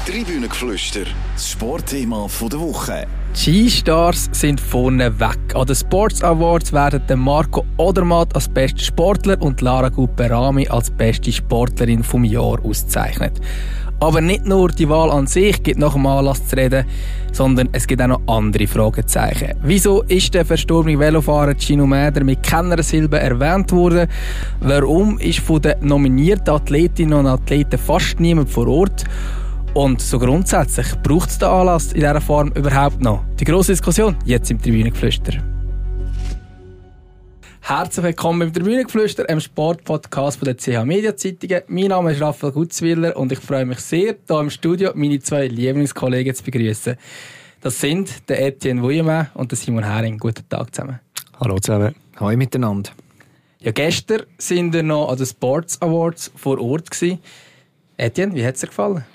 Tribünengeflüster, das Sportthema der Woche. Die Skistars sind vorne weg. An den Sports Awards werden Marco Odermatt als bester Sportler und Lara Gut-Berami als beste Sportlerin vom Jahr ausgezeichnet. Aber nicht nur die Wahl an sich gibt nach dem Anlass zu reden, sondern es gibt auch noch andere Fragezeichen. Wieso ist der verstorbene Velofahrer Gino Mäder mit keiner Silbe erwähnt worden? Warum ist von den nominierten Athletinnen und Athleten fast niemand vor Ort? Und so grundsätzlich, braucht es den Anlass in dieser Form überhaupt noch? Die grosse Diskussion jetzt im Tribünengeflüster. Herzlich willkommen im Tribünengeflüster, einem Sportpodcast von der CH Media Zeitungen. Mein Name ist Raphael Gutzwiller und ich freue mich sehr, hier im Studio meine zwei Lieblingskollegen zu begrüßen. Das sind der Etienne Wuillemin und der Simon Hering. Guten Tag zusammen. Hallo zusammen. Hallo miteinander. Ja, gestern sind wir noch an den Sports Awards vor Ort gewesen. Etienne, wie hat es dir gefallen?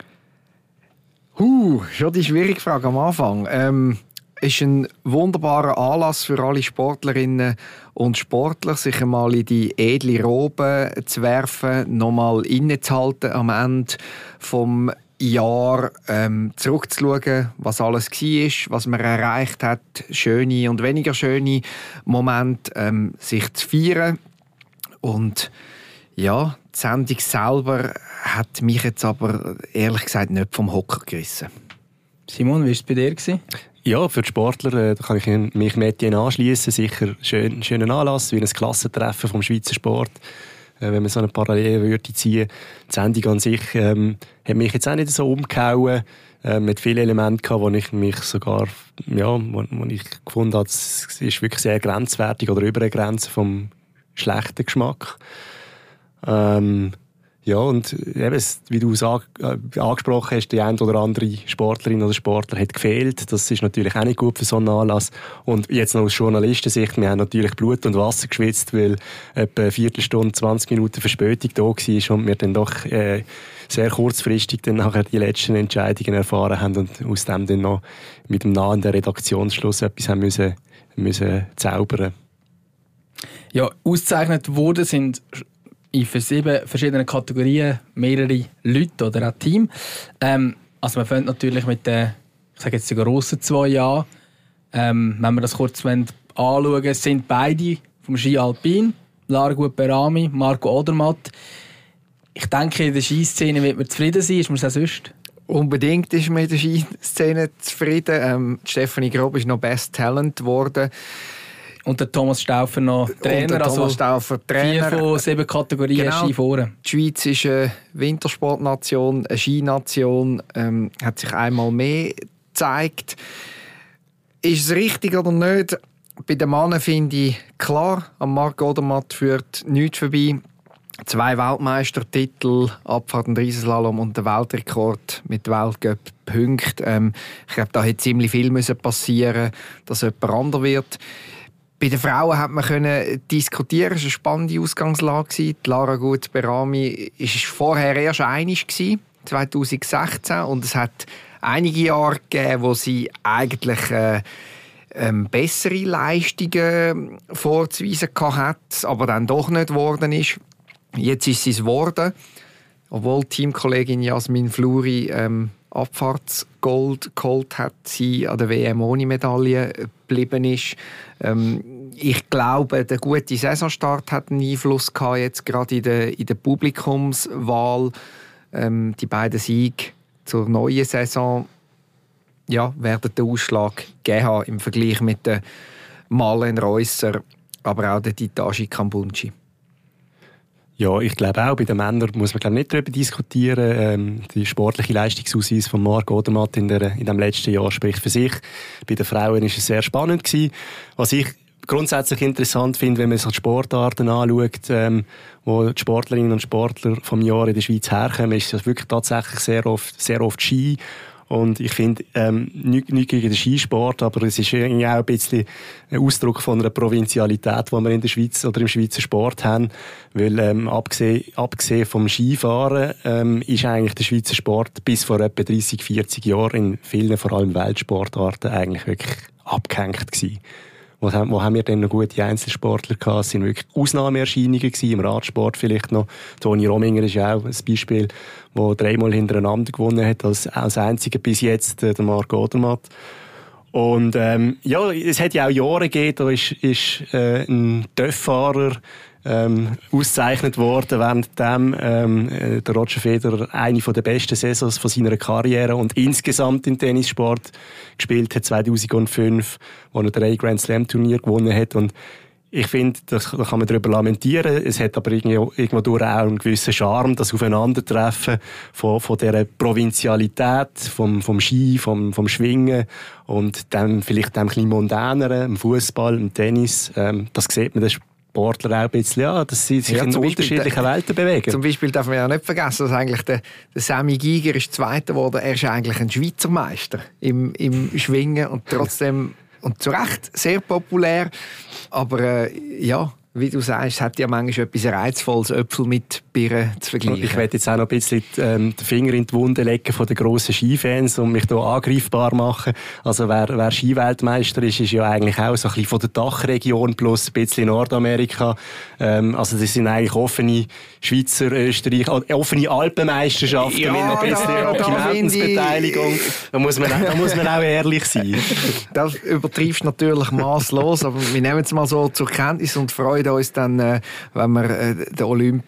Schon die schwierige Frage am Anfang. Ist ein wunderbarer Anlass für alle Sportlerinnen und Sportler, sich einmal in die edle Robe zu werfen, nochmal innezuhalten am Ende vom Jahr, zurückzuschauen, was alles war, was man erreicht hat, schöne und weniger schöne Momente, sich zu feiern. Und ja, die Sendung selber hat mich jetzt aber ehrlich gesagt nicht vom Hocker gerissen. Simon, wie war es bei dir? Ja, für die Sportler da kann ich mich mit Etienne anschließen. Sicher schöner Anlass, wie ein Klassentreffen vom Schweizer Sport. Wenn man so eine Parallele würde ziehen. Die Sendung an sich hat mich jetzt auch nicht so umgehauen. Mit vielen Elementen, wo ich mich sogar, wo ich gefunden habe, es ist wirklich sehr grenzwertig oder über eine Grenze vom schlechten Geschmack. Ja, und eben, wie du es angesprochen hast, die eine oder andere Sportlerin oder Sportler hat gefehlt. Das ist natürlich auch nicht gut für so einen Anlass. Und jetzt noch aus Journalistensicht, wir haben natürlich Blut und Wasser geschwitzt, weil etwa eine Viertelstunde, 20 Minuten Verspätung da war und wir dann doch sehr kurzfristig dann nachher die letzten Entscheidungen erfahren haben und aus dem dann noch mit dem nahenden Redaktionsschluss etwas haben müssen zaubern. Ja, ausgezeichnet worden sind in 7 verschiedenen Kategorien mehrere Leute oder auch Team. Also man fängt natürlich mit den, ich sage jetzt die grossen 2 an. Wenn wir das kurz anschauen, sind beide vom Ski Alpin, Lara Gut-Berami, Marco Odermatt. Ich denke, in der Skiszene wird man zufrieden sein. Ist man das auch sonst? Unbedingt ist man in der Skiszene zufrieden. Stefanie Grob ist noch Best Talent geworden. Und der Thomas Stauffer noch Trainer, Thomas Stauffer, Trainer. 4 von 7 Kategorien genau. Ski vorne. Die Schweiz ist eine Wintersportnation, eine Skination, hat sich einmal mehr gezeigt. Ist es richtig oder nicht? Bei den Männern finde ich klar, am Marco Odermatt führt nichts vorbei. 2 Weltmeistertitel, Abfahrt und Riesenslalom und der Weltrekord mit Weltcup-Punkten. Ich glaube, da hätte ziemlich viel passieren müssen, dass jemand anderes wird. Bei den Frauen hat man diskutieren. Es war eine spannende Ausgangslage. Die Lara Gut-Berami war vorher erst einig 2016 und es hat einige Jahre gegeben, wo sie eigentlich bessere Leistungen vorzuweisen hatte, aber dann doch nicht geworden ist. Jetzt ist sie es geworden, obwohl Teamkollegin Jasmin Fluri Abfahrtsgold geholt hat, sie an der WM ohne Medaille geblieben ist. Ich glaube, der gute Saisonstart hat einen Einfluss gehabt, jetzt gerade in der Publikumswahl. Die beiden Siege zur neuen Saison werden den Ausschlag geben haben im Vergleich mit der Marlen Reusser, aber auch der Titashi Kambunchi. Ja, ich glaube auch, bei den Männern muss man nicht darüber diskutieren. Der sportliche Leistungsausweis von Marco Odermatt in dem letzten Jahr spricht für sich. Bei den Frauen war es sehr spannend gewesen. Was ich grundsätzlich interessant finde, wenn man sich die Sportarten anschaut, wo die Sportlerinnen und Sportler vom Jahr in der Schweiz herkommen, ist das wirklich tatsächlich sehr oft Ski. Und ich finde, nicht gegen den Skisport, aber es ist irgendwie auch ein bisschen ein Ausdruck von einer Provinzialität, die wir in der Schweiz oder im Schweizer Sport haben. Weil, abgesehen vom Skifahren, ist eigentlich der Schweizer Sport bis vor etwa 30, 40 Jahren in vielen, vor allem Weltsportarten, eigentlich wirklich abgehängt gewesen. Wo haben wir denn noch gute Einzelsportler gehabt? Es waren wirklich Ausnahmeerscheinungen gewesen, im Radsport vielleicht noch. Toni Rominger ist ja auch ein Beispiel, der 3-mal hintereinander gewonnen hat, als einziger bis jetzt, der Marco Odermatt. Und es hat ja auch Jahre gegeben, da ist ein TÜV-Fahrer ausgezeichnet worden, währenddem der Roger Federer eine der besten Saisons von seiner Karriere und insgesamt im Tennissport gespielt hat, 2005, wo er 3 Grand Slam Turniere gewonnen hat. Und ich finde, da kann man darüber lamentieren. Es hat aber irgendwo durch auch einen gewissen Charme, das Aufeinandertreffen von dieser Provinzialität, vom Ski, vom Schwingen und dann vielleicht dem etwas mondäneren, im Fußball, im Tennis. Das sieht man, das Sportler auch ein bisschen, dass sie sich in unterschiedlichen Welten bewegen. Zum Beispiel darf man ja nicht vergessen, dass eigentlich der Sammy Giger ist Zweiter geworden. Er ist eigentlich ein Schweizer Meister im Schwingen und trotzdem und zu Recht sehr populär. Aber wie du sagst, es hat ja manchmal etwas Reizvolles, Äpfel mit Birnen zu vergleichen. Ich werde jetzt auch noch ein bisschen den Finger in die Wunde legen von den grossen Skifans und mich hier angreifbar machen. Also wer Skiweltmeister ist ja eigentlich auch so ein bisschen von der Dachregion plus ein bisschen Nordamerika. Also das sind eigentlich offene Schweizer, Österreich, offene Alpenmeisterschaften mit ein bisschen Rocky Mountains Beteiligung. Da muss man auch ehrlich sein. Das übertreibst natürlich masslos, aber wir nehmen es mal so zur Kenntnis und freuen uns dann, wenn wir den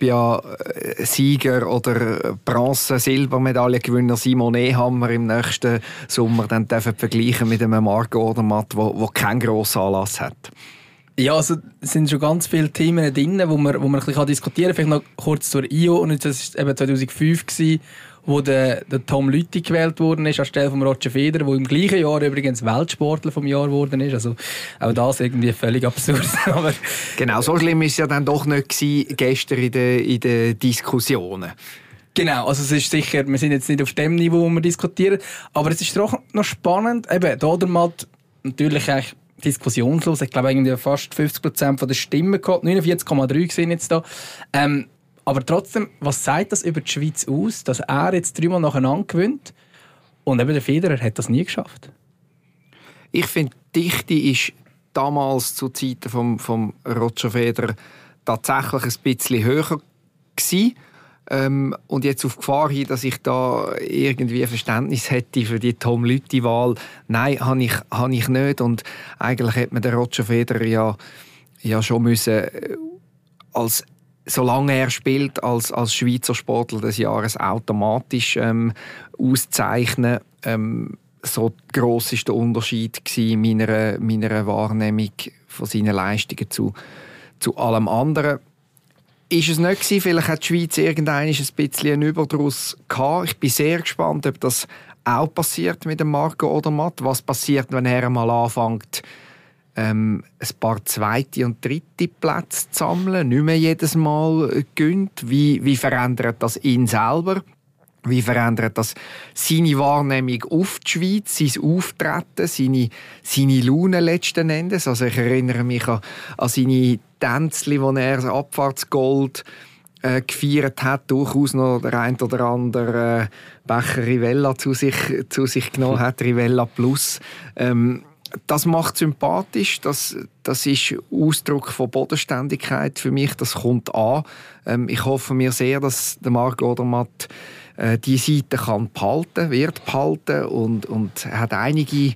Olympiasieger oder Bronze-Silbermedaillengewinner Simon Ehammer im nächsten Sommer dann vergleichen mit einem Marco Odermatt, der keinen grossen Anlass hat. Ja, also es sind schon ganz viele Themen drin, wo man ein bisschen diskutieren kann. Vielleicht noch kurz zur IO. Und das war eben 2005, wo der Tom Lüthi gewählt worden ist, anstelle von Roger Federer, der im gleichen Jahr übrigens Weltsportler vom Jahr geworden ist. Also auch das irgendwie völlig absurd. Aber genau, so schlimm war es ja dann doch nicht gewesen, gestern in den Diskussionen. Genau, also es ist sicher, wir sind jetzt nicht auf dem Niveau, wo wir diskutieren, aber es ist doch noch spannend. Eben, der Odermatt, natürlich eigentlich diskussionslos, ich glaube irgendwie fast 50% der Stimmen gehabt, 49,3 sind jetzt da. Aber trotzdem, was sagt das über die Schweiz aus, dass er jetzt 3-mal nacheinander gewinnt und eben der Federer hat das nie geschafft? Ich finde, die Dichte ist damals zu Zeiten vom Roger Federer tatsächlich ein bisschen höher gewesen. Und jetzt auf Gefahr hin, dass ich da irgendwie ein Verständnis hätte für die Tom Lüthi-Wahl. Nein, habe ich nicht. Und eigentlich hätte man den Roger Federer ja schon müssen, solange er spielt, als Schweizer Sportler des Jahres automatisch auszeichnen. So gross war der Unterschied in meiner Wahrnehmung von seinen Leistungen zu allem anderen. Ist es nicht gewesen, vielleicht hat die Schweiz irgendwann ein bisschen einen Überdruss gehabt. Ich bin sehr gespannt, ob das auch passiert mit dem Marco Odermatt. Was passiert, wenn er einmal anfängt, ein paar zweite und dritte Plätze zu sammeln, nicht mehr jedes Mal gönnt? Wie verändert das ihn selber? Wie verändert das seine Wahrnehmung auf die Schweiz, sein Auftreten, seine Laune letzten Endes? Also ich erinnere mich an seine Tänzchen, wo er das Abfahrtsgold gefeiert hat, durchaus noch der ein oder andere Becher Rivella zu sich genommen hat, Rivella Plus. Das macht sympathisch, das ist Ausdruck von Bodenständigkeit für mich, das kommt an. Ich hoffe mir sehr, dass der Marco Odermatt die Seite wird behalten und hat einige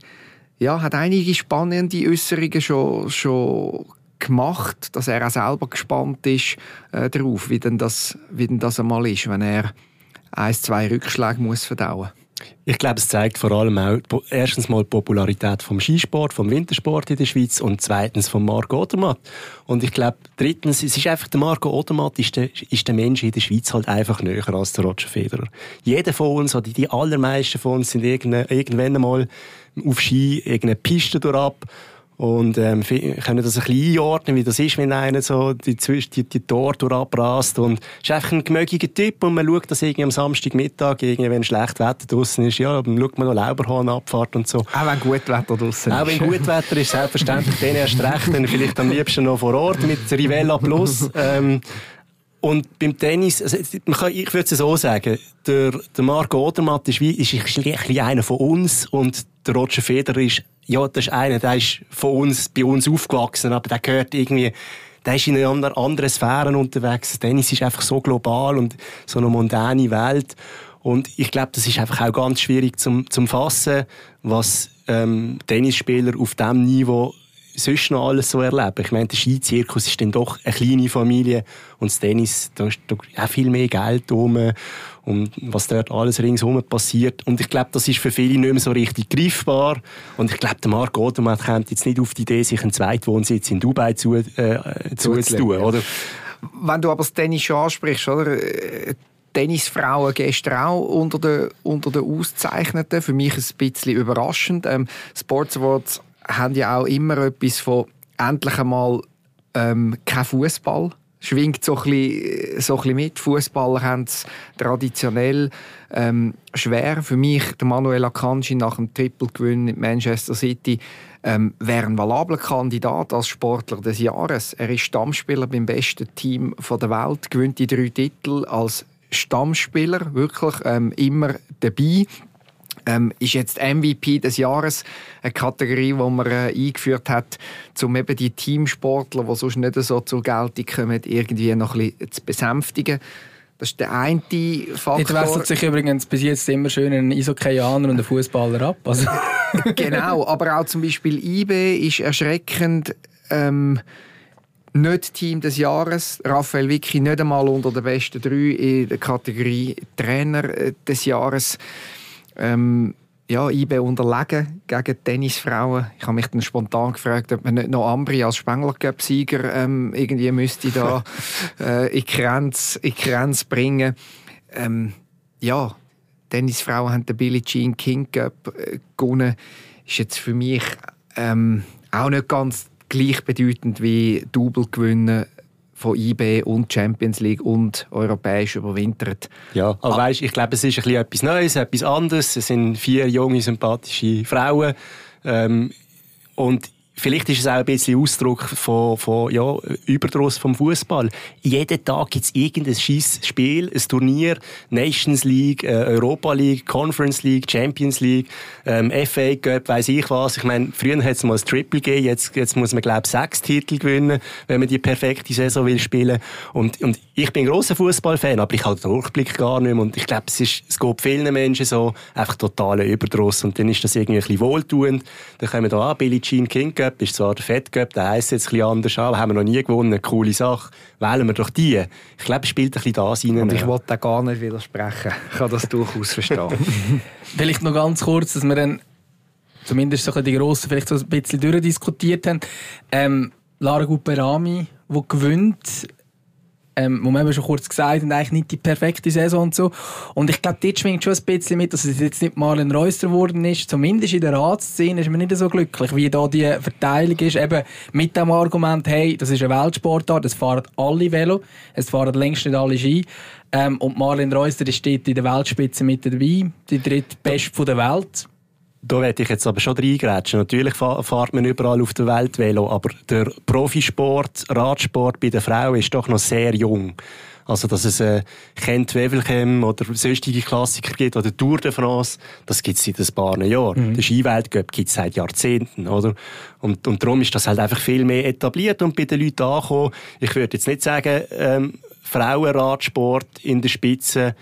spannende Äußerungen schon gemacht, dass er auch selber gespannt ist darauf, wie denn das einmal ist, wenn er 1-2 Rückschläge muss verdauen. Ich glaube, es zeigt vor allem auch erstens mal die Popularität vom Skisport, vom Wintersport in der Schweiz und zweitens von Marco Odermatt. Und ich glaube, drittens, es ist einfach, der Marco Odermatt ist der Mensch in der Schweiz halt einfach näher als der Roger Federer. Jeder von uns, oder die allermeisten von uns, sind irgendwann einmal auf Ski irgendeine Piste durchab und können das ein bisschen einordnen, wie das ist, wenn einer so die Tore durchabrast. Und es ist einfach ein gemögiger Typ und man schaut das irgendwie am Samstagmittag, wenn schlecht Wetter draussen ist, ja, dann schaut man noch Lauberhornabfahrt und so. Auch wenn gut Wetter draussen ist. Auch wenn gut Wetter ist, selbstverständlich, den erst recht, dann vielleicht am liebsten noch vor Ort mit Rivella Plus. Und beim Tennis, also ich würde es so sagen, der Marco Odermatt ist ein bisschen einer von uns und der Roger Federer ist, ja, das ist einer, der ist bei uns aufgewachsen, aber der gehört irgendwie, der ist in einer anderen Sphäre unterwegs. Tennis ist einfach so global und so eine mondäne Welt. Und ich glaube, das ist einfach auch ganz schwierig zum Fassen, was Tennisspieler auf diesem Niveau sonst noch alles so erleben. Ich meine, der Skizirkus ist dann doch eine kleine Familie und das Tennis, da ist auch viel mehr Geld rum und was dort alles ringsherum passiert. Und ich glaube, das ist für viele nicht mehr so richtig greifbar. Und ich glaube, der Marc Odermatt kommt jetzt nicht auf die Idee, sich einen Zweitwohnsitz in Dubai zuzutun, oder? Wenn du aber das Tennis schon ansprichst, oder? Tennisfrauen gestern auch unter den Ausgezeichneten. Für mich ein bisschen überraschend. Sports Awards haben ja auch immer etwas von endlich einmal kein Fußball. Schwingt so ein bisschen mit. Fußballer haben es traditionell schwer. Für mich, der Manuel Akanji nach dem Triple-Gewinn in Manchester City, wäre ein valabler Kandidat als Sportler des Jahres. Er ist Stammspieler beim besten Team der Welt, gewinnt die 3 Titel als Stammspieler, wirklich immer dabei. Ist jetzt MVP des Jahres, eine Kategorie, die man eingeführt hat, um eben die Teamsportler, die sonst nicht so zur Geltung kommen, irgendwie noch ein bisschen zu besänftigen. Das ist der eine Faktor. Jetzt wechselt sich übrigens bis jetzt immer schön ein Isokaianer und ein Fußballer ab. Also. Genau, aber auch zum Beispiel IB ist erschreckend nicht Team des Jahres. Raphael Vicky nicht einmal unter den besten 3 in der Kategorie Trainer des Jahres. IB unterlegen gegen Tennisfrauen. Ich habe mich dann spontan gefragt, ob man nicht noch Ambri als Spengler-Cup-Sieger irgendwie müsste da in Grenz bringen. Tennisfrauen haben den Billie Jean King Cup gewonnen. Ist jetzt für mich auch nicht ganz gleichbedeutend wie Double gewinnen von IB und Champions League und europäisch überwintert. Ja, aber weißt, ich glaube, es ist ein bisschen etwas Neues, etwas anderes. Es sind 4 junge, sympathische Frauen. Und vielleicht ist es auch ein bisschen Ausdruck von Überdruss vom Fußball. Jeden Tag gibt es irgendein Spiel, ein Turnier, Nations League, Europa League, Conference League, Champions League, FA Cup, weiss ich was. Ich meine, früher hat es mal ein Triple gegeben, jetzt muss man, glaube ich, 6 Titel gewinnen, wenn man die perfekte Saison will spielen. Und ich bin ein grosser Fußballfan, aber ich habe den Durchblick gar nicht mehr. Und ich glaube, es geht vielen Menschen so, einfach totaler Überdruss. Und dann ist das irgendwie ein bisschen wohltuend. Dann kommen wir da Billie Jean King Cup, ist zwar der Fed Cup, der heisst jetzt ein bisschen anders an, aber haben wir noch nie gewonnen, eine coole Sache. Wählen wir doch die. Ich glaube, es spielt ein bisschen das rein. Und ich wollte da gar nicht widersprechen. Ich kann das durchaus verstehen. Vielleicht noch ganz kurz, dass wir dann zumindest so die Grossen vielleicht so ein bisschen durchdiskutiert haben. Lara Gupperami, die gewinnt, wo man eben schon kurz gesagt hat, eigentlich nicht die perfekte Saison und so. Und ich glaube, dort schwingt schon ein bisschen mit, dass es jetzt nicht Marlen Reusser geworden ist. Zumindest in der Ratsszene ist man nicht so glücklich, wie da die Verteilung ist. Eben mit dem Argument, hey, das ist eine Weltsportart, es fahren alle Velo, es fahren längst nicht alle Ski. Und Marlen Reusser steht in der Weltspitze mit dabei, die drittbeste der Welt. Da werde ich jetzt aber schon reingrätschen. Natürlich fährt man überall auf der Welt Velo, aber der Profisport, Radsport bei den Frauen ist doch noch sehr jung. Also, dass es Kent-Wevelgem oder sonstige Klassiker gibt oder Tour de France, das gibt es seit ein paar Jahren. Der Skiweltcup gibt es seit Jahrzehnten, oder? Und darum ist das halt einfach viel mehr etabliert und bei den Leuten angekommen. Ich würde jetzt nicht sagen, Frauenradsport in der Spitze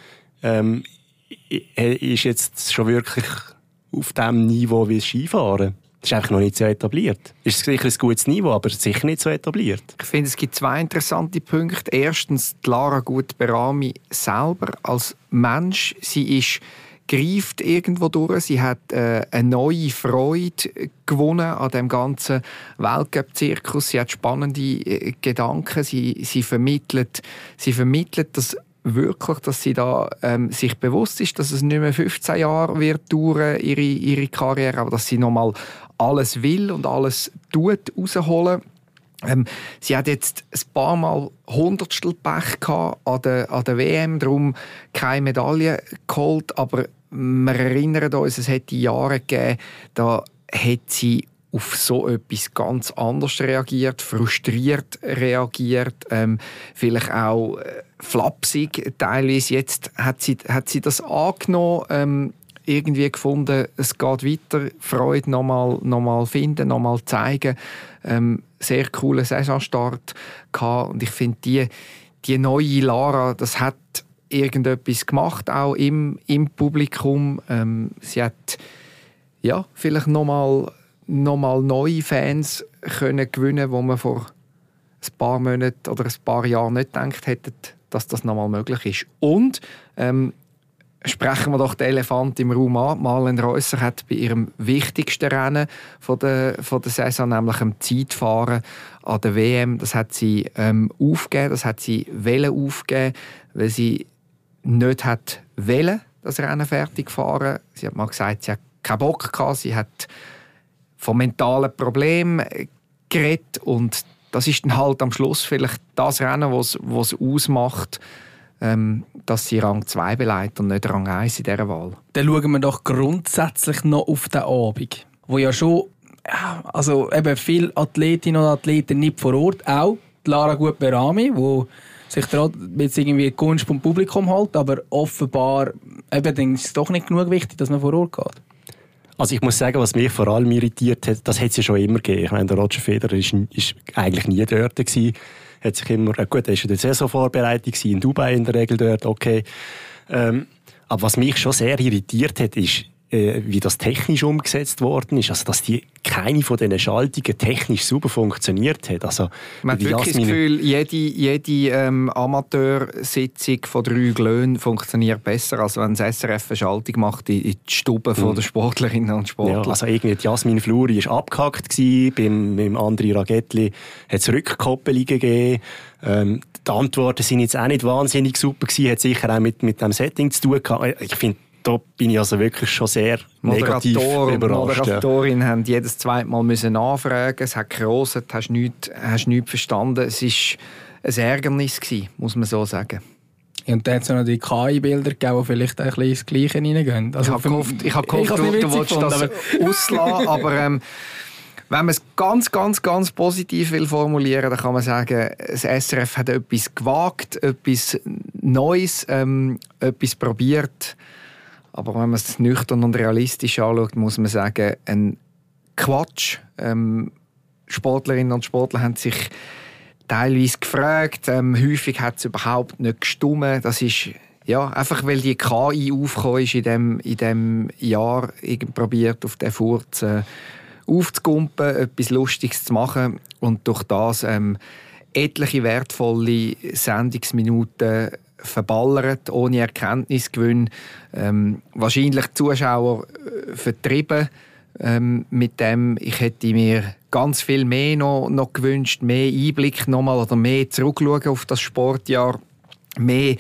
ist jetzt schon wirklich auf dem Niveau wie das Skifahren. Das ist einfach noch nicht so etabliert. Ist sicher ein gutes Niveau, aber sicher nicht so etabliert. Ich finde, es gibt 2 interessante Punkte. Erstens, die Lara Gutberami selber als Mensch. Sie greift irgendwo durch. Sie hat eine neue Freude gewonnen an dem ganzen Weltcup-Zirkus. Sie hat spannende Gedanken. Sie vermittelt das wirklich, dass sie da sich bewusst ist, dass es nicht mehr 15 Jahre wird dauern, ihre Karriere, aber dass sie nochmal alles will und alles tut, rausholen. Sie hat jetzt ein paar Mal Hundertstel Pech gehabt an der WM, darum keine Medaille geholt, aber wir erinnern uns, es hätte Jahre gegeben, da hat sie auf so etwas ganz anders reagiert, frustriert reagiert, vielleicht auch flapsig teilweise. Jetzt hat sie das angenommen, irgendwie gefunden, es geht weiter, Freude nochmal finden, nochmal zeigen. Sehr cooler Saisonstart gehabt. Und ich finde, die neue Lara, das hat irgendetwas gemacht, auch im Publikum. Sie hat vielleicht nochmal neue Fans können gewinnen, wo man vor ein paar Monaten oder ein paar Jahren nicht gedacht hätten, dass das nochmal möglich ist. Und sprechen wir doch den Elefant im Raum an. Marlen Reusser hat bei ihrem wichtigsten Rennen von der Saison, nämlich dem Zeitfahren an der WM, das hat sie aufgegeben, das hat sie aufgeben, weil sie nicht hat wollen, das Rennen fertig fahren. Sie hat mal gesagt, sie hat keinen Bock gehabt, sie hat von mentalen Problemen geredet und das ist dann halt am Schluss vielleicht das Rennen, was ausmacht, dass sie Rang 2 beleidigt und nicht Rang 1 in dieser Wahl. Dann schauen wir doch grundsätzlich noch auf den Abend, wo ja schon eben viele Athletinnen und Athleten nicht vor Ort, auch die Lara Gut-Berami, die sich jetzt irgendwie die Gunst vom Publikum hält, aber offenbar eben, ist es doch nicht genug wichtig, dass man vor Ort geht. Also ich muss sagen, was mich vor allem irritiert hat, das hat es ja schon immer gegeben. Ich meine, der Roger Federer ist eigentlich nie dort gewesen. Hat sich immer, gut, er war in der Saisonvorbereitung in Dubai in der Regel dort, okay. Aber was mich schon sehr irritiert hat, ist, wie das technisch umgesetzt worden ist. Also, dass keine von diesen Schaltungen technisch super funktioniert hat. Also, man hat wirklich das Gefühl, jede Amateursitzung von 3 Glöhnen funktioniert besser, als wenn das SRF eine Schaltung macht in die Stube der Sportlerinnen und Sportler. Ja, also irgendwie die Jasmin Fluri war abgehackt gewesen, beim André Ragettli hat es Rückkoppelungen gegeben. Die Antworten sind jetzt auch nicht wahnsinnig super gewesen, hat sicher auch mit dem Setting zu tun gehabt. Ich finde, da bin ich also wirklich schon sehr negativ überrascht. Moderatorinnen haben jedes zweite Mal nachfragen. Es hat gerostet, hast nichts verstanden. Es war ein Ärgernis gewesen, muss man so sagen. Und dann hat es noch die KI-Bilder gegeben, die vielleicht ein bisschen ins Gleiche reingehen. Also ich habe gehofft, du wolltest das auslassen, aber wenn man es ganz, ganz, ganz positiv will formulieren, dann kann man sagen, das SRF hat etwas gewagt, etwas Neues, etwas probiert. Aber wenn man es nüchtern und realistisch anschaut, muss man sagen, ein Quatsch. Sportlerinnen und Sportler haben sich teilweise gefragt. Häufig hat es überhaupt nicht gestimmt. Das ist einfach, weil die KI aufgekommen ist in dem Jahr, probiert auf den Furz aufzugumpen, etwas Lustiges zu machen und durch das etliche wertvolle Sendungsminuten verballert, ohne Erkenntnisgewinn. Wahrscheinlich die Zuschauer vertrieben mit dem. Ich hätte mir ganz viel mehr noch gewünscht, mehr Einblick nochmal oder mehr zurückschauen auf das Sportjahr, mehr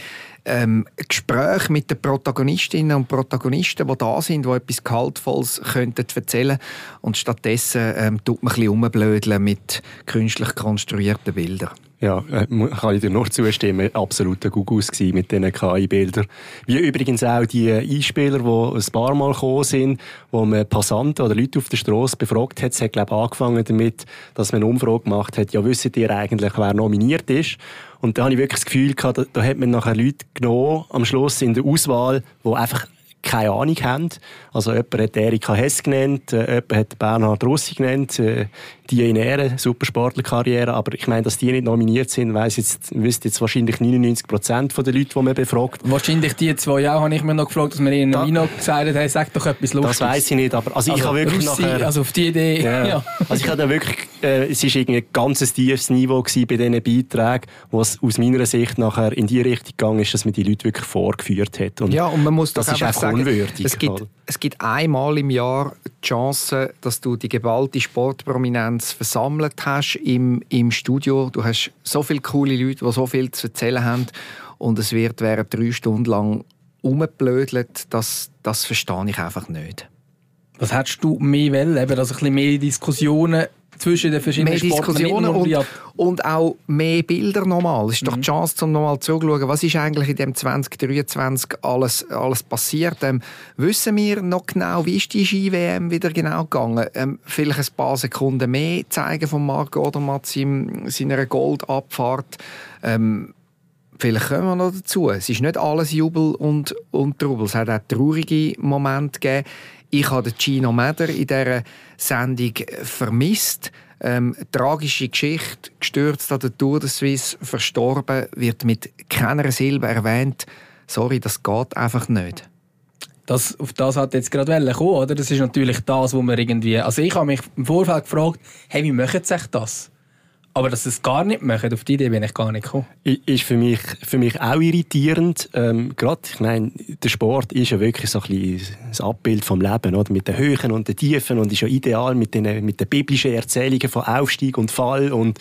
Gespräche mit den Protagonistinnen und Protagonisten, die da sind, die etwas Gehaltvolles könnten erzählen. Und stattdessen tut man ein bisschen rumblödeln mit künstlich konstruierten Bildern. Ja, kann ich dir nur zustimmen. Absoluter Gugus gsi mit diesen KI-Bildern. Wie übrigens auch die Einspieler, die ein paar Mal gekommen sind, wo man Passanten oder Leute auf der Strasse befragt hat. Es hat, glaube ich, angefangen damit, dass man eine Umfrage gemacht hat, ja, wisst ihr eigentlich, wer nominiert ist? Und da habe ich wirklich das Gefühl gehabt, da hat man nachher Leute genommen, am Schluss in der Auswahl, die einfach keine Ahnung haben. Also jemand hat Erika Hess genannt, jemand hat Bernhard Russi genannt, die in Ehren, super Sportlerkarriere, aber ich meine, dass die nicht nominiert sind, wüsste jetzt wahrscheinlich 99% der Leute, die man befragt. Wahrscheinlich die 2 auch, habe ich mir noch gefragt, dass wir ihnen noch gesagt haben, hey, sag doch etwas Lustiges. Das weiss ich nicht, aber also ich habe wirklich Russi, nachher... Also auf die Idee, ja. Also ich habe wirklich... es war irgendwie ein ganz tiefes Niveau bei diesen Beiträgen, wo es aus meiner Sicht nachher in die Richtung gegangen ist, dass man die Leute wirklich vorgeführt hat. Und ja, und man muss das ist auch sagen, unwürdig. Es gibt einmal im Jahr die Chance, dass du die geballte Sportprominenz versammelt hast im Studio. Du hast so viele coole Leute, die so viel zu erzählen haben und es wird während 3 Stunden lang rumgeblödelt. Das verstehe ich einfach nicht. Was hättest du mehr wollen? Eben, dass ein bisschen mehr Diskussionen zwischen den verschiedenen Sportlern und auch mehr Bilder nochmal. Es ist doch die Chance, um nochmal zuzuschauen, was ist eigentlich in dem 2023 alles passiert. Wissen wir noch genau, wie ist die Ski-WM wieder genau gegangen? Vielleicht ein paar Sekunden mehr zeigen von Marc Odermatt seiner Goldabfahrt. vielleicht kommen wir noch dazu. Es ist nicht alles Jubel und Trubel. Es hat auch traurige Momente gegeben. Ich habe Gino Mäder in dieser Sendung vermisst. Tragische Geschichte, gestürzt an der Tour de Suisse, verstorben, wird mit keiner Silbe erwähnt. Sorry, das geht einfach nicht. Auf das hat jetzt gerade kommen, oder? Das ist natürlich das, wo man irgendwie... Also ich habe mich im Vorfeld gefragt, hey, wie machen sie das? Aber dass sie es gar nicht machen, auf die Idee bin ich gar nicht gekommen. Ist für mich auch irritierend. Gerade, ich meine, der Sport ist ja wirklich so ein bisschen das Abbild vom Leben, oder? Mit den Höhen und den Tiefen, und ist ja ideal mit den biblischen Erzählungen von Aufstieg und Fall und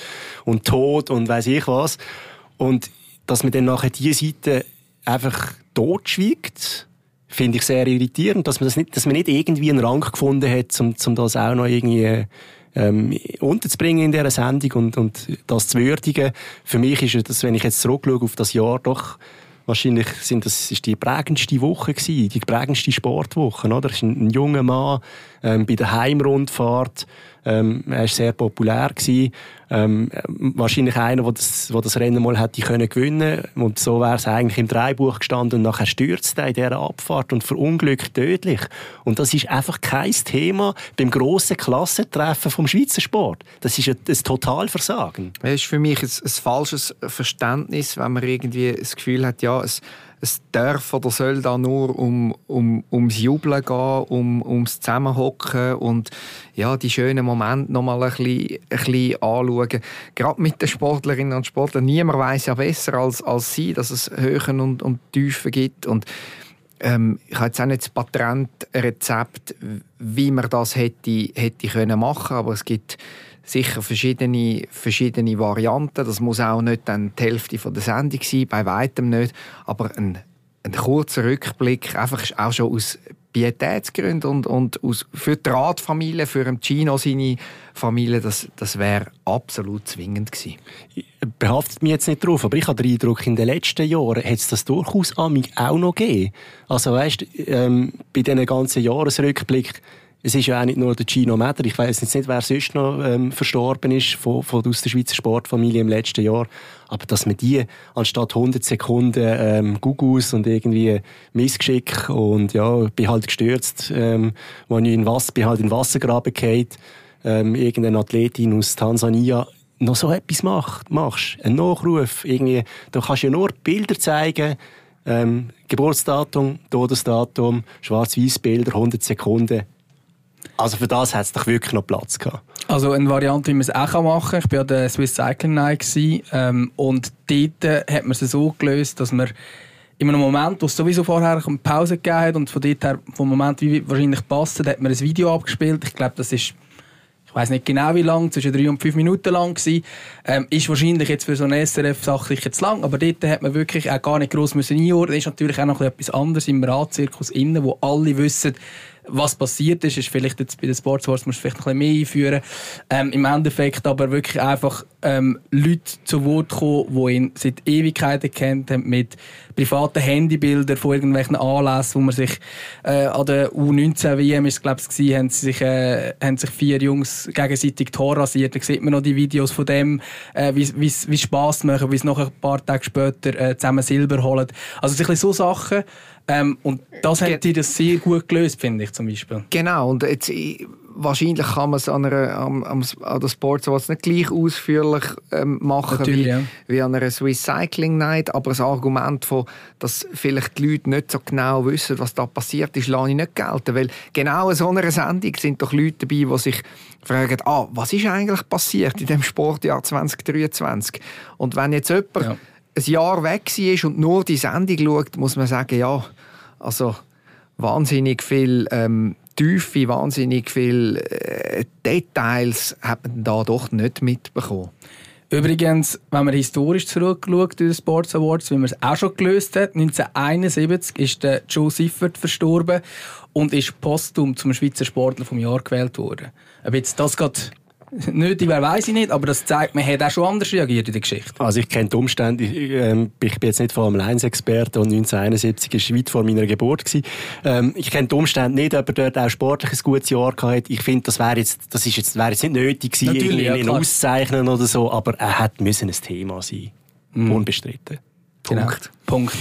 Tod und weiss ich was. Und dass man dann nachher diese Seite einfach totschweigt, finde ich sehr irritierend, dass man nicht irgendwie einen Rang gefunden hat, um das auch noch irgendwie unterzubringen in dieser Sendung und das zu würdigen. Für mich ist das, wenn ich jetzt zurückschaue auf das Jahr, doch wahrscheinlich ist die prägendste Woche gewesen, die prägendste Sportwoche, oder? Das ist ein junger Mann bei der Heimrundfahrt. Er war sehr populär gewesen. Wahrscheinlich einer, der das Rennen mal hätte gewinnen können. Und so wäre es eigentlich im Drehbuch gestanden. Und nachher stürzt er in dieser Abfahrt und verunglückt tödlich. Und das ist einfach kein Thema beim grossen Klassentreffen vom Schweizer Sport. Das ist ein Totalversagen. Das ist für mich ein falsches Verständnis, wenn man irgendwie das Gefühl hat, ja, es darf oder soll da nur ums Jubeln gehen, ums Zusammenhocken und ja, die schönen Momente noch mal ein bisschen anschauen. Gerade mit den Sportlerinnen und Sportlern. Niemand weiss ja besser als sie, dass es Höhen und Tiefen gibt. Und ich habe jetzt auch nicht das Patentrezept, wie man das hätte können machen, aber es gibt sicher verschiedene Varianten. Das muss auch nicht dann die Hälfte der Sendung sein, bei weitem nicht. Aber ein kurzer Rückblick, einfach auch schon aus Pietätsgründen und für die Radfamilie, für Gino seine Familie, das wäre absolut zwingend gewesen. Behaftet mich jetzt nicht drauf, aber ich habe den Eindruck, in den letzten Jahren hat es das durchaus auch noch gegeben. Also weißt, bei diesen ganzen Jahresrückblick, es ist ja auch nicht nur der Gino Mäder. Ich weiss jetzt nicht, wer sonst noch verstorben ist aus der Schweizer Sportfamilie im letzten Jahr. Aber dass man die anstatt 100 Sekunden Gugus und irgendwie Missgeschick und ja, bin halt gestürzt, wo ich bin halt in den Wassergraben gefallen, irgendeine Athletin aus Tansania noch so etwas machst. Ein Nachruf. Irgendwie, da kannst du ja nur Bilder zeigen, Geburtsdatum, Todesdatum, Schwarz-Weiß-Bilder, 100 Sekunden. Also für das hat es doch wirklich noch Platz gehabt. Also eine Variante, wie man es auch machen kann. Ich war an der Swiss Cycling Night und dort hat man es so gelöst, dass man in einem Moment, wo es sowieso vorher eine Pause gegeben hat und von dort her, vom Moment, wie wahrscheinlich passt, hat man ein Video abgespielt. Ich glaube, das ist, ich weiss nicht genau wie lang, zwischen 3 und 5 Minuten lang gewesen. Ist wahrscheinlich jetzt für so eine SRF-Sache zu lang, aber dort hat man wirklich auch gar nicht gross einordnen. Das ist natürlich auch noch etwas anderes im Radzirkus innen, wo alle wissen, was passiert ist vielleicht jetzt bei den Sports Awards, musst du vielleicht noch ein bisschen mehr einführen. Im Endeffekt aber wirklich einfach Leute zu Wort kommen, die ihn seit Ewigkeiten kennt haben, mit privaten Handybildern von irgendwelchen Anlässen, wo man sich an der U19-WM ist, glaube ich, haben sich 4 Jungs gegenseitig die Haare rasiert. Da sieht man noch die Videos von dem, wie Spass machen, wie es noch ein paar Tage später zusammen Silber holen. Also es sind so Sachen. Und das haben die das sehr gut gelöst, finde ich zum Beispiel. Genau, und jetzt, wahrscheinlich kann man es an der Sports Awards nicht gleich ausführlich machen wie an einer Swiss Cycling Night, aber das Argument, dass vielleicht die Leute nicht so genau wissen, was da passiert ist, lasse ich nicht gelten, weil genau in so einer Sendung sind doch Leute dabei, die sich fragen, was ist eigentlich passiert in dem Sportjahr 2023? Und wenn jetzt jemand ein Jahr weg war und nur die Sendung schaut, muss man sagen, ja, also wahnsinnig viel Tiefe, wahnsinnig viele Details hat man da doch nicht mitbekommen. Übrigens, wenn man historisch zurückschaut durch die Sports Awards, wie man es auch schon gelöst hat, 1971 ist der Joe Siffert verstorben und ist posthum zum Schweizer Sportler vom Jahr gewählt worden. Ob jetzt das gerade nötig wäre, weiss ich nicht, aber das zeigt, man hat auch schon anders reagiert in der Geschichte. Also ich kenne die Umstände, ich bin jetzt nicht Formel-1-Experte und 1971 war weit vor meiner Geburt. Ich kenne die Umstände nicht, ob er dort auch sportlich ein gutes Jahr hatte. Ich finde, das wäre jetzt nicht nötig gewesen, ihn auszeichnen oder so, aber er hätte ein Thema sein, unbestritten. Punkt. Punkt.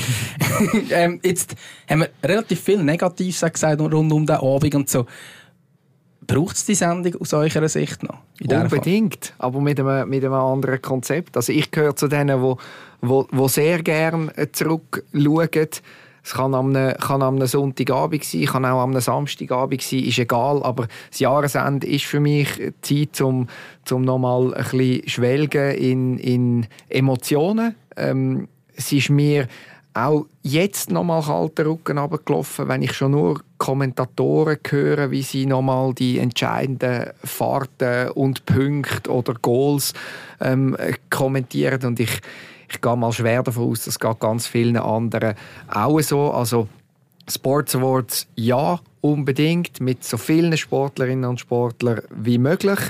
Jetzt haben wir relativ viel Negatives gesagt rund um den Abend und so. Braucht es die Sendung aus eurer Sicht noch? Unbedingt, aber mit einem anderen Konzept. Also ich gehöre zu denen, die sehr gerne zurückschauen. Es kann am Sonntagabend sein, kann auch am Samstagabend sein, ist egal. Aber das Jahresende ist für mich Zeit, um nochmal ein bisschen schwelgen in Emotionen. Es ist mir auch jetzt nochmal kalter Rücken runtergelaufen, wenn ich schon nur Kommentatoren höre, wie sie nochmal die entscheidenden Fahrten und Punkte oder Goals kommentieren. Und ich gehe mal schwer davon aus, das geht ganz vielen anderen auch so. Also Sports Awards, ja, unbedingt, mit so vielen Sportlerinnen und Sportlern wie möglich.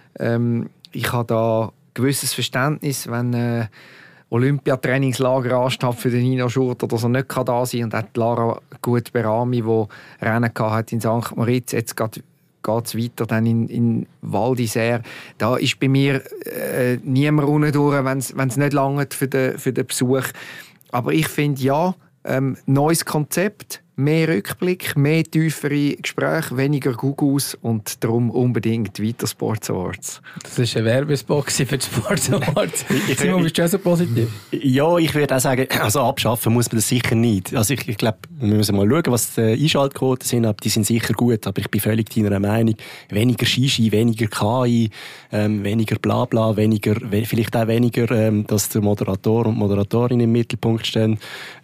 Ich habe da gewisses Verständnis, wenn Olympiatrainingslager ansteht für den Nino Schurter, dass er nicht da sein kann. Und auch Lara Gut-Berami, die Rennen hatte in St. Moritz, jetzt geht es weiter dann in Val d'Isère. Da ist bei mir niemand unten durch, wenn es nicht lange für den Besuch. Aber ich finde, ja, neues Konzept, mehr Rückblick, mehr tiefere Gespräche, weniger Gugus und darum unbedingt weiter Sports Awards. Das war ein Werbespot für die Sports Awards. Simon, bist du auch so positiv? Ja, ich würde auch sagen, also abschaffen muss man das sicher nicht. Also ich glaube, wir müssen mal schauen, was die Einschaltquoten sind, aber die sind sicher gut. Aber ich bin völlig deiner Meinung. Weniger Shishi, weniger KI, weniger Blabla, vielleicht auch weniger, dass der Moderator und Moderatorin im Mittelpunkt stehen.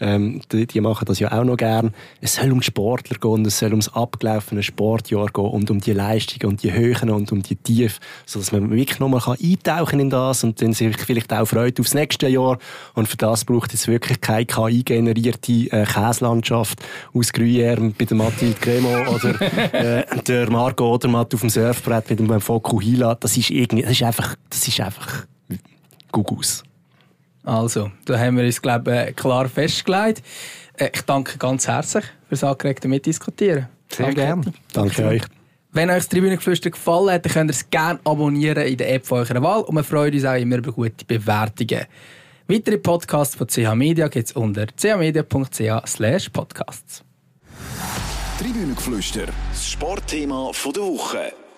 Die machen das ja auch noch gern. Es soll um die Sportler gehen und es soll ums abgelaufene Sportjahr gehen und um die Leistungen und die Höhen und um die Tiefen, sodass man wirklich nochmal eintauchen in das und dann sich vielleicht auch freut aufs nächste Jahr. Und für das braucht es wirklich keine KI-generierte Käselandschaft aus Gruyère bei der Mathilde Cremo oder der Marco Odermatt auf dem Surfbrett mit dem Fokuhila. Das ist einfach Gugus. Also, da haben wir uns, glaube ich, klar festgelegt. Ich danke ganz herzlich fürs angeregte Mitdiskutieren. Sehr gerne. Danke euch. Wenn euch das Tribünengeflüster gefallen hat, dann könnt ihr es gerne abonnieren in der App von eurer Wahl und wir freuen uns auch immer über gute Bewertungen. Weitere Podcasts von CH Media gibt es unter chmedia.ch/podcasts. Tribünengeflüster, das Sportthema der Woche.